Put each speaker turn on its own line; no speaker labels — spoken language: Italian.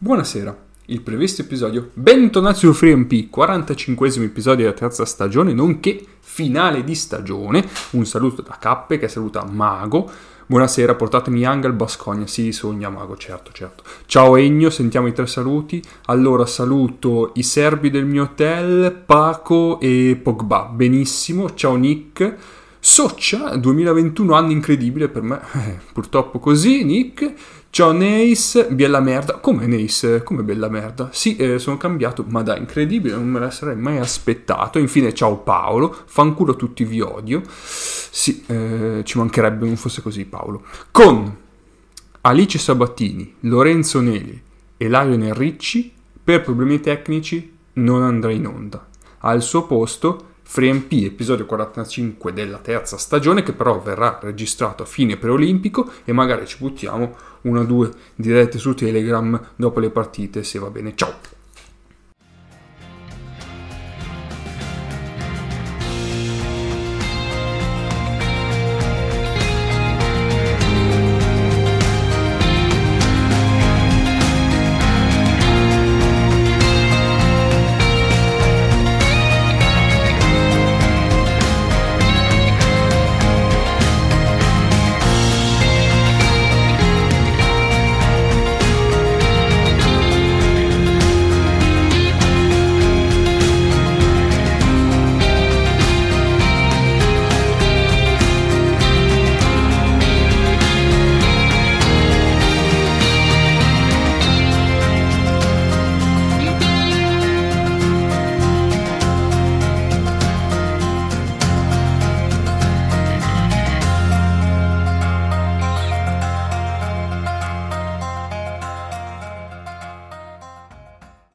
Buonasera, il previsto episodio, bentornati su FreeMP, 45esimo episodio della terza stagione, nonché finale di stagione. Un saluto da Cappe che saluta Mago. Buonasera, portatemi Angel Bascogna, sì, sogna Mago, certo. Ciao Ennio, sentiamo i tre saluti. Allora, saluto i serbi del mio hotel, Paco e Pogba, benissimo, ciao Nick. Soccia, 2021, anno incredibile per me, purtroppo così, Nick. Ciao Neis, bella merda. Come Neis? Come bella merda? Sì, sono cambiato, ma dai, incredibile, non me la sarei mai aspettato. Infine, ciao Paolo, fanculo tutti, vi odio. Sì, ci mancherebbe non fosse così, Paolo. Con Alice Sabattini, Lorenzo Neli e Lionel Ricci, per problemi tecnici non andrà in onda. Al suo posto FreeMP, episodio 45 della terza stagione, che però verrà registrato a fine preolimpico e magari ci buttiamo una o due dirette su Telegram dopo le partite, se va bene. Ciao!